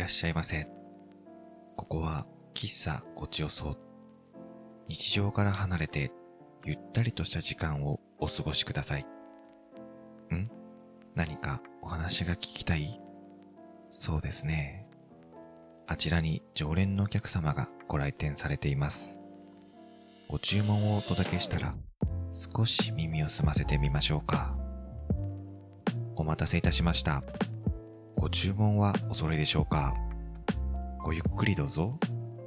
らっしゃいませ。ここは喫茶ごちよそ。日常から離れてゆったりとした時間をお過ごしください。何かお話が聞きたい？そうですね。あちらに常連のお客様がご来店されています。ご注文をお届けしたら少し耳を澄ませてみましょうか。お待たせいたしました。ご注文はお揃いでしょうか？ごゆっくりどうぞ。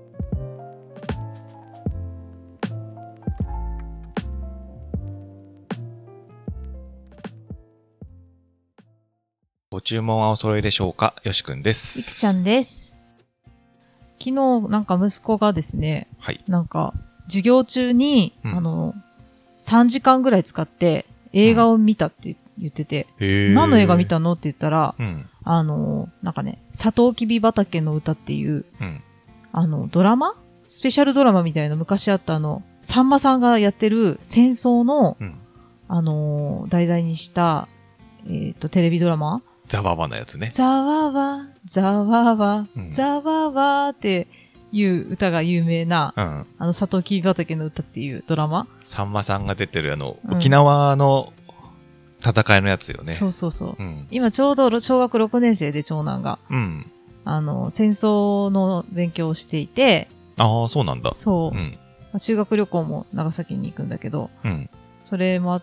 ご注文はお揃いでしょうか？よしくんです。 いくちゃんです。昨日なんか息子がですね、 はい。 なんか授業中に、 3 3時間ぐらい使って映画を見たって言ってて、何の映画見たのって言ったら、なんかね、サトウキビ畑の歌っていう、ドラマ？スペシャルドラマみたいな昔あったさんまさんがやってる戦争の、題材にした、テレビドラマ？ ザワワのやつね。 ザワワ、ザワワ、ザワワっていう歌が有名な、サトウキビ畑の歌っていうドラマ。 さんまさんが出てる沖縄の戦いのやつよね。 そうそうそう。今ちょうど小学6年生で長男が、戦争の勉強をしていて。 ああ、そうなんだ。 そう。修学旅行も長崎に行くんだけど、それもあって、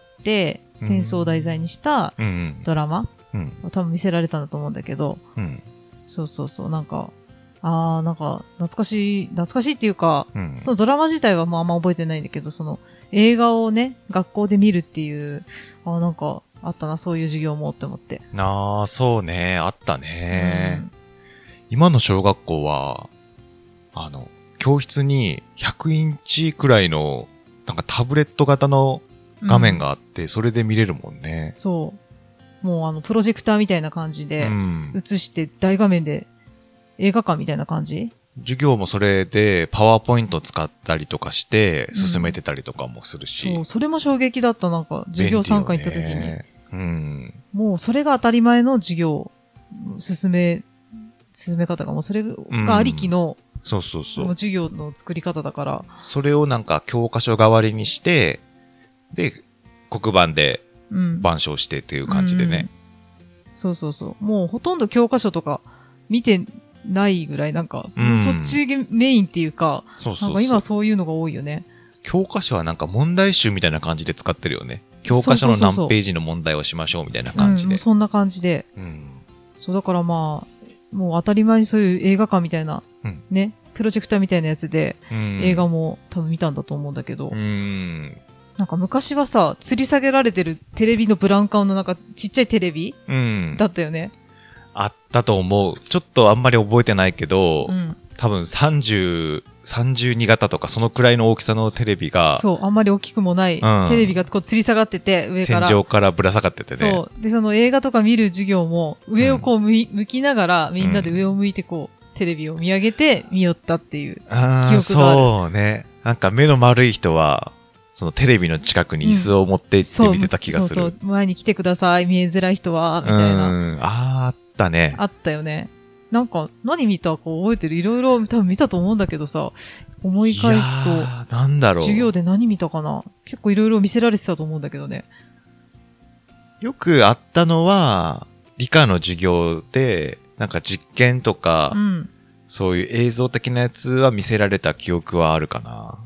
戦争を題材にしたドラマ。多分見せられたんだと思うんだけど、そうそうそう、なんか懐かしいっていうか、そのドラマ自体はもうあんま覚えてないんだけど、その映画をね、学校で見るっていう、なんかあったな、そういう授業もって思って。 そうね、あったね。今の小学校は、教室に100インチくらいの、なんかタブレット型の画面があって、それで見れるもんね。 そう。もうプロジェクターみたいな感じで、映して大画面で映画館みたいな感じ？ 授業もそれでパワーポイント使ったりとかして進めてたりとかもするし。 そう、それも衝撃だった、なんか授業参観行った時に。もうそれが当たり前の授業、進め方がもうそれがありきの、 そうそうそう。 授業の作り方だから。 それをなんか教科書代わりにして、で、黒板で板書してっていう感じでね。 そうそうそう。もうほとんど教科書とか見てないぐらいなんか、そっちメインっていうか、なんか今そういうのが多いよね。 教科書はなんか問題集みたいな感じで使ってるよね。教科書の何ページの問題をしましょうみたいな感じで。 そんな感じで。そうだからまあ、もう当たり前にそういう映画館みたいな、ね、プロジェクターみたいなやつで、映画も多分見たんだと思うんだけど。なんか昔はさ、吊り下げられてるテレビのブラウン管のなんかちっちゃいテレビ、だったよね。 あったと思う。ちょっとあんまり覚えてないけど、多分32型とかそのくらいの大きさのテレビが。 そう、あんまり大きくもない、テレビがこう吊り下がってて、上から。 天井からぶら下がっててね。 そう。で、その映画とか見る授業も、上をこう向きながら、みんなで上を向いてこう、テレビを見上げて見よったっていう記憶がある。 そうね。なんか目の丸い人は、そのテレビの近くに椅子を持って行って見てた気がする。 そう。前に来てください。見えづらい人は、みたいな。 あったね。 あったよね。なんか、何見たか覚えてる？いろいろ多分見たと思うんだけどさ、思い返すと。 なんだろう。 授業で何見たかな？結構いろいろ見せられてたと思うんだけどね。 よくあったのは、理科の授業で、なんか実験とか、そういう映像的なやつは見せられた記憶はあるかな。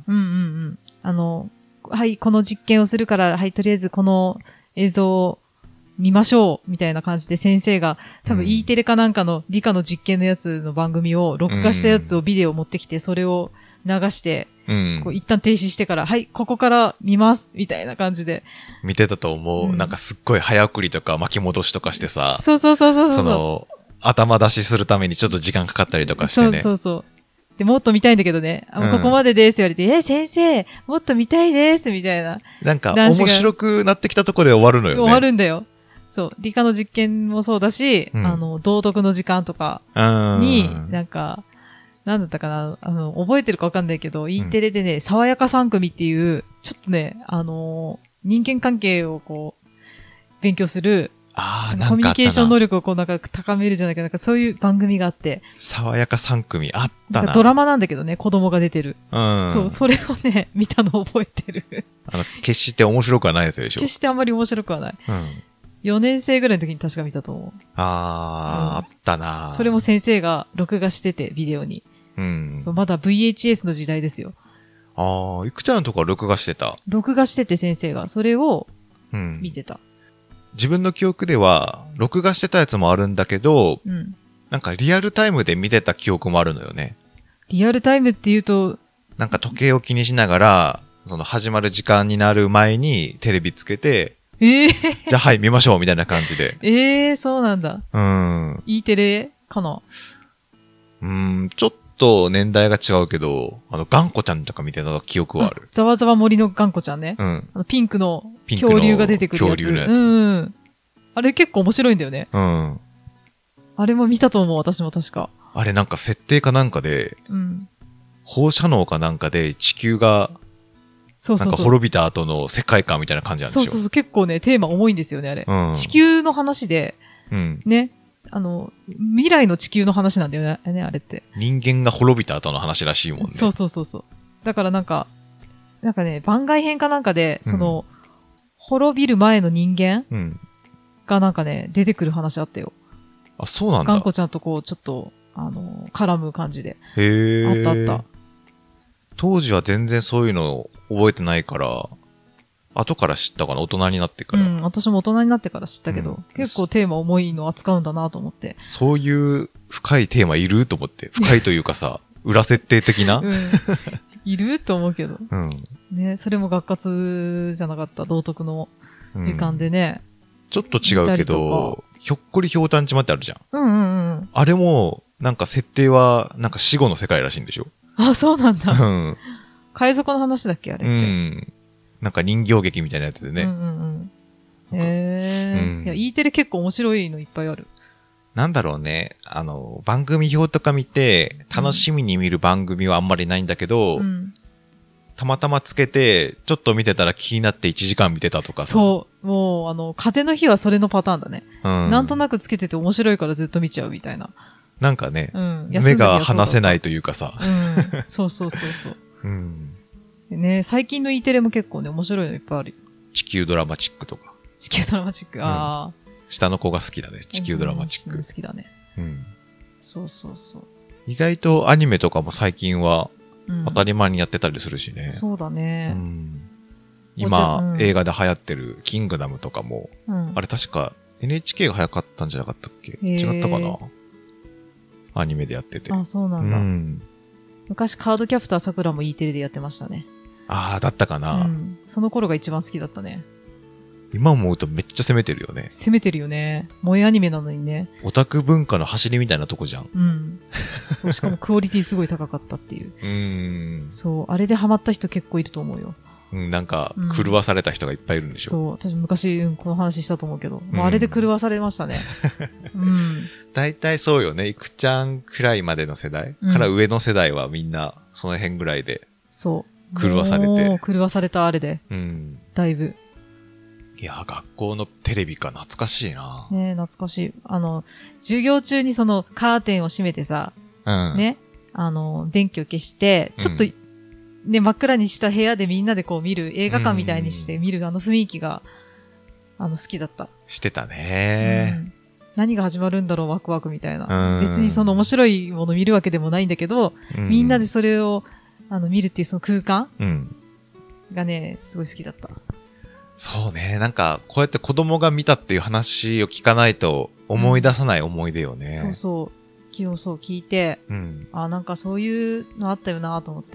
はい、この実験をするから、はい、とりあえずこの映像を見ましょう、みたいな感じで先生が、多分 E テレかなんかの理科の実験のやつの番組を、録画したやつをビデオ持ってきて、それを流して、こう一旦停止してから、はい、ここから見ます、みたいな感じで。 見てたと思う。なんかすっごい早送りとか巻き戻しとかしてさ。 そう。その、頭出しするためにちょっと時間かかったりとかしてね。 そう。で、もっと見たいんだけどね。ここまでです、言われて、先生、もっと見たいです、みたいな。 なんか、面白くなってきたところで終わるのよね。 終わるんだよ。そう。理科の実験もそうだし、道徳の時間とかに、なんか、なんだったかな、覚えてるかわかんないけど、E テレでね、爽やか3組っていう、ちょっとね、人間関係をこう、勉強する、 ああ、なんかコミュニケーション能力をこうなんか高めるじゃないか、なんかそういう番組があって。 爽やか3組あったな。 ドラマなんだけどね、子供が出てる。 うん。 そう、それをね、見たのを覚えてる。 決して面白くはないですよ、でしょ。 決してあんまり面白くはない。うん。4年生ぐらいの時に確か見たと思う。 あったな。 それも先生が録画してて、ビデオに。うん。そうまだ VHS の時代ですよ。 ああ、いくちゃんのとこは録画してた。 録画してて先生が、それを見てた。 自分の記憶では、録画してたやつもあるんだけど、うん、なんかリアルタイムで見てた記憶もあるのよね。 リアルタイムって言うと、 なんか時計を気にしながら、その始まる時間になる前にテレビつけて、じゃあはい見ましょうみたいな感じで。 そうなんだ。 うん。 E テレかな？ ちょっと年代が違うけど、ガンコちゃんとか見てた記憶はある。 ざわざわ森のガンコちゃんね。うん。ピンクの恐竜が出てくるやつ。 恐竜のやつ。 うん。あれ結構面白いんだよね。 うん。 あれも見たと思う、私も確か。 あれなんか設定かなんかで、うん。放射能かなんかで地球が、なんか滅びた後の世界観みたいな感じなんでしょ。 そう、結構ね、テーマ重いんですよね、あれ。うん。地球の話で、うん。ね。未来の地球の話なんだよね、あれって。 人間が滅びた後の話らしいもんね。 そう。だからなんかね、番外編かなんかで、滅びる前の人間がなんかね、出てくる話あったよ。 あ、そうなんだ。 ガンコちゃんとこう、ちょっと、絡む感じで。 へー。あった。 当時は全然そういうの覚えてないから、後から知ったかな、大人になってから。 うん、私も大人になってから知ったけど、結構テーマ重いの扱うんだなと思って。 そういう深いテーマいると思って。深いというかさ、裏設定的な、 いると思うけど。うん。ね、それも学活じゃなかった、道徳の時間でね。 ちょっと違うけど、ひょっこりひょうたん島ってあるじゃん。 うん。 あれも、なんか設定は、なんか死後の世界らしいんでしょ？ あ、そうなんだ。うん。海賊の話だっけあれって。うん。 なんか人形劇みたいなやつでね。 いや、E テレ結構面白いのいっぱいある。 なんだろうね。番組表とか見て、楽しみに見る番組はあんまりないんだけど、たまたまつけて、ちょっと見てたら気になって1時間見てたとかさ。 そう。もう、風の日はそれのパターンだね。なんとなくつけてて面白いからずっと見ちゃうみたいな。 なんかね、目が離せないというかさ。 そう。ね、最近の E テレも結構ね、面白いのいっぱいある。 地球ドラマチックとか。 地球ドラマチック、ああ。 下の子が好きだね、地球ドラマチック。 好きだね。うん。そう。 意外とアニメとかも最近は当たり前にやってたりするしね。 そうだね。 今、映画で流行ってるキングダムとかも、あれ確か NHK が早かったんじゃなかったっけ？違ったかな？アニメでやってて。 あ、そうなんだ。昔カードキャプター桜も E テレでやってましたね。 ああ、だったかな、 その頃が一番好きだったね。 今思うとめっちゃ攻めてるよね。 攻めてるよね。萌えアニメなのにね。 オタク文化の走りみたいなとこじゃん。 うん。そう、しかもクオリティすごい高かったっていう。そう、あれでハマった人結構いると思うよ。 なんか、狂わされた人がいっぱいいるんでしょ。 そう、私昔、この話したと思うけど、もうあれで狂わされましたね。 大体そうよね。いくちゃんくらいまでの世代、から上の世代はみんな、その辺ぐらいで。そう。狂わされて。 狂わされたあれで。だいぶ。 いや、学校のテレビか懐かしいな。 ね、懐かしい。授業中にそのカーテンを閉めてさ、ね、電気を消して、ちょっと、ね、真っ暗にした部屋でみんなでこう見る、映画館みたいにして見る雰囲気が、好きだった。 してたね、 何が始まるんだろう、ワクワクみたいな。別にその面白いもの見るわけでもないんだけど、みんなでそれを、見るっていうその空間、がね、すごい好きだった。 そうね。なんか、こうやって子供が見たっていう話を聞かないと思い出さない思い出よね。 そう。昨日そう聞いて、なんかそういうのあったよなと思って。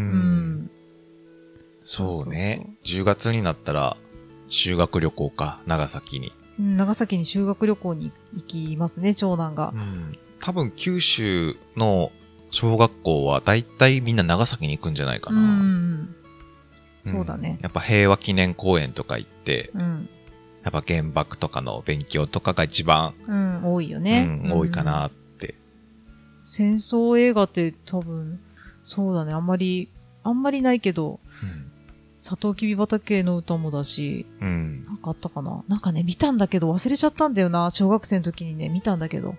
そうね。10月になったら修学旅行か、長崎に。 長崎に修学旅行に行きますね、長男が。 多分九州の小学校はだいたいみんな長崎に行くんじゃないかな。 そうだね。 やっぱ平和記念公園とか行って、やっぱ原爆とかの勉強とかが一番、 多いよね。 多いかなって。 戦争映画って多分、そうだね。あんまりないけど、 サトウキビ畑の歌もだし、なんかあったかな。なんかね、見たんだけど忘れちゃったんだよな。小学生の時にね、見たんだけど。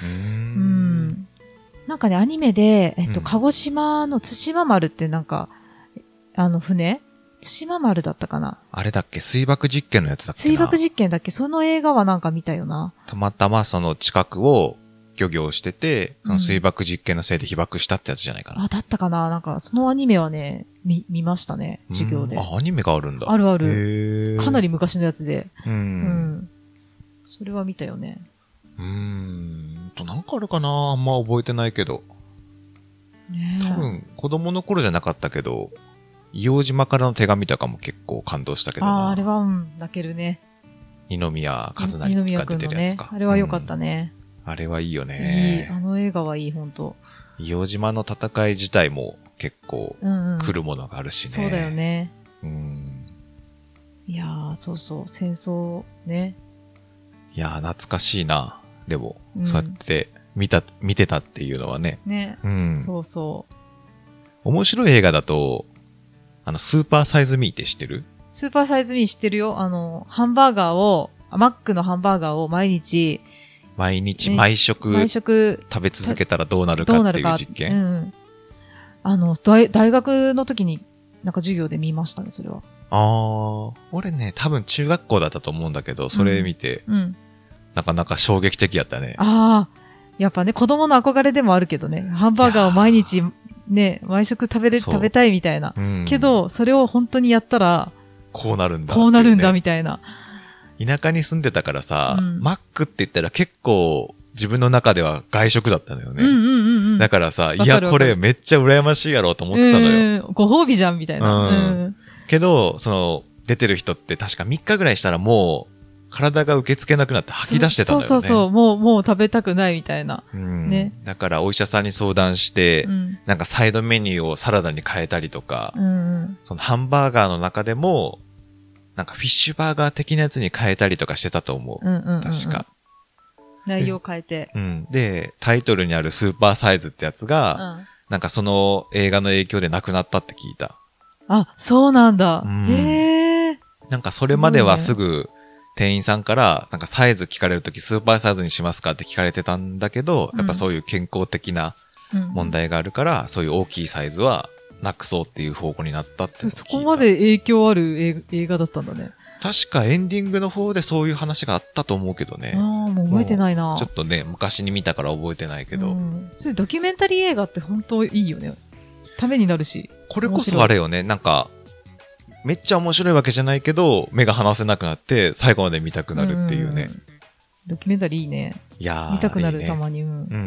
なんかね、アニメで、鹿児島の対馬丸ってなんか、船対馬丸だったかな。 あれだっけ、水爆実験のやつだっけな。 水爆実験だっけ、その映画はなんか見たよな。 たまたまその近くを漁業してて、その水爆実験のせいで被爆したってやつじゃないかな。 だったかな。なんか、そのアニメはね、見ましたね、授業で。 アニメがあるんだ。 あるある。かなり昔のやつで。それは見たよね。 なんかあるかな、あんま覚えてないけど。多分、子供の頃じゃなかったけど、硫黄島からの手紙とかも結構感動したけどな。 あれは、泣けるね。 二宮和也が出てるやつか。 あれは良かったね。 あれはいいよね。 いい。あの映画はいい、ほんと。 硫黄島の戦い自体も結構来るものがあるしね。 そうだよね。いやー、そうそう、戦争ね。 いやー、懐かしいな。でも、そうやって見てたっていうのはね。 ね。そうそう。 面白い映画だと、スーパーサイズミーって知ってる？ スーパーサイズミー知ってるよ。ハンバーガーを、マックのハンバーガーを毎日、 毎食べ続けたらどうなるかっていう実験。 大学の時になんか授業で見ましたね、それは。 俺ね、多分中学校だったと思うんだけど、それ見て、なかなか衝撃的やったね。 やっぱね、子供の憧れでもあるけどね、ハンバーガーを毎日ね、毎食食べたいみたいな。けど、それを本当にやったら、 こうなるんだ、 こうなるんだみたいな。 田舎に住んでたからさ、マックって言ったら結構自分の中では外食だったのよね。だからさ、いや、これめっちゃ羨ましいやろうと思ってたのよ。 ご褒美じゃんみたいな。 けど、出てる人って確か3日ぐらいしたらもう、体が受け付けなくなって吐き出してたんだよね。 そう、もう食べたくないみたいな。ね。 だからお医者さんに相談して、なんかサイドメニューをサラダに変えたりとか、そのハンバーガーの中でも、なんかフィッシュバーガー的なやつに変えたりとかしてたと思う。確か。 内容を変えて。 で、タイトルにあるスーパーサイズってやつが、なんかその映画の影響でなくなったって聞いた。 そうなんだ。 なんかそれまではすぐ店員さんから、なんかサイズ聞かれるときスーパーサイズにしますかって聞かれてたんだけど、やっぱそういう健康的な問題があるから、そういう大きいサイズはなくそうっていう方向になったって聞いた。 そこまで影響ある映画だったんだね。 確かエンディングの方でそういう話があったと思うけどね。 もう覚えてないな。 ちょっとね、昔に見たから覚えてないけど。 そういうドキュメンタリー映画って本当いいよね。ためになるし。 これこそあれよね、なんか、めっちゃ面白いわけじゃないけど、目が離せなくなって、最後まで見たくなるっていうね。 ドキュメンタリーいいね。 いやー、 見たくなる、いいね、たまに。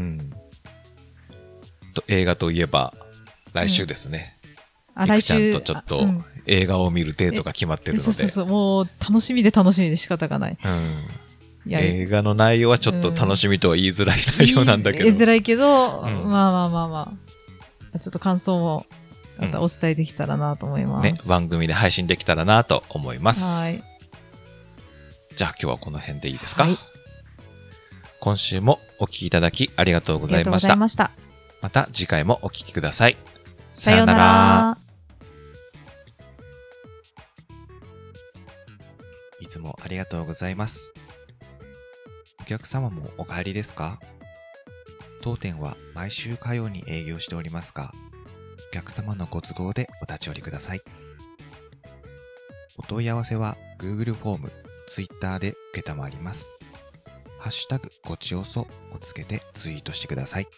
映画といえば、来週ですね。 来週。 ちゃんとちょっと、映画を見るデートが決まってるので。 そう、もう、楽しみで仕方がない。 映画の内容はちょっと楽しみとは言いづらい内容なんだけど。 言いづらいけど、まあ。ちょっと感想も、またお伝えできたらなと思います。 ね、番組で配信できたらなと思います。 はい。 じゃあ今日はこの辺でいいですか？今週もお聞きいただきありがとうございました。また次回もお聞きください。 さようなら。 いつもありがとうございます。お客様もお帰りですか？当店は毎週火曜に営業しておりますが、お客様のご都合でお立ち寄りください。お問い合わせは Google フォーム、Twitter で受けたまわります。ハッシュタグごちおそをつけてツイートしてください。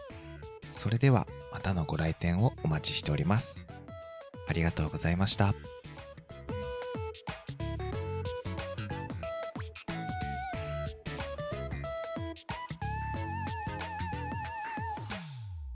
それではまたのご来店をお待ちしております。ありがとうございました。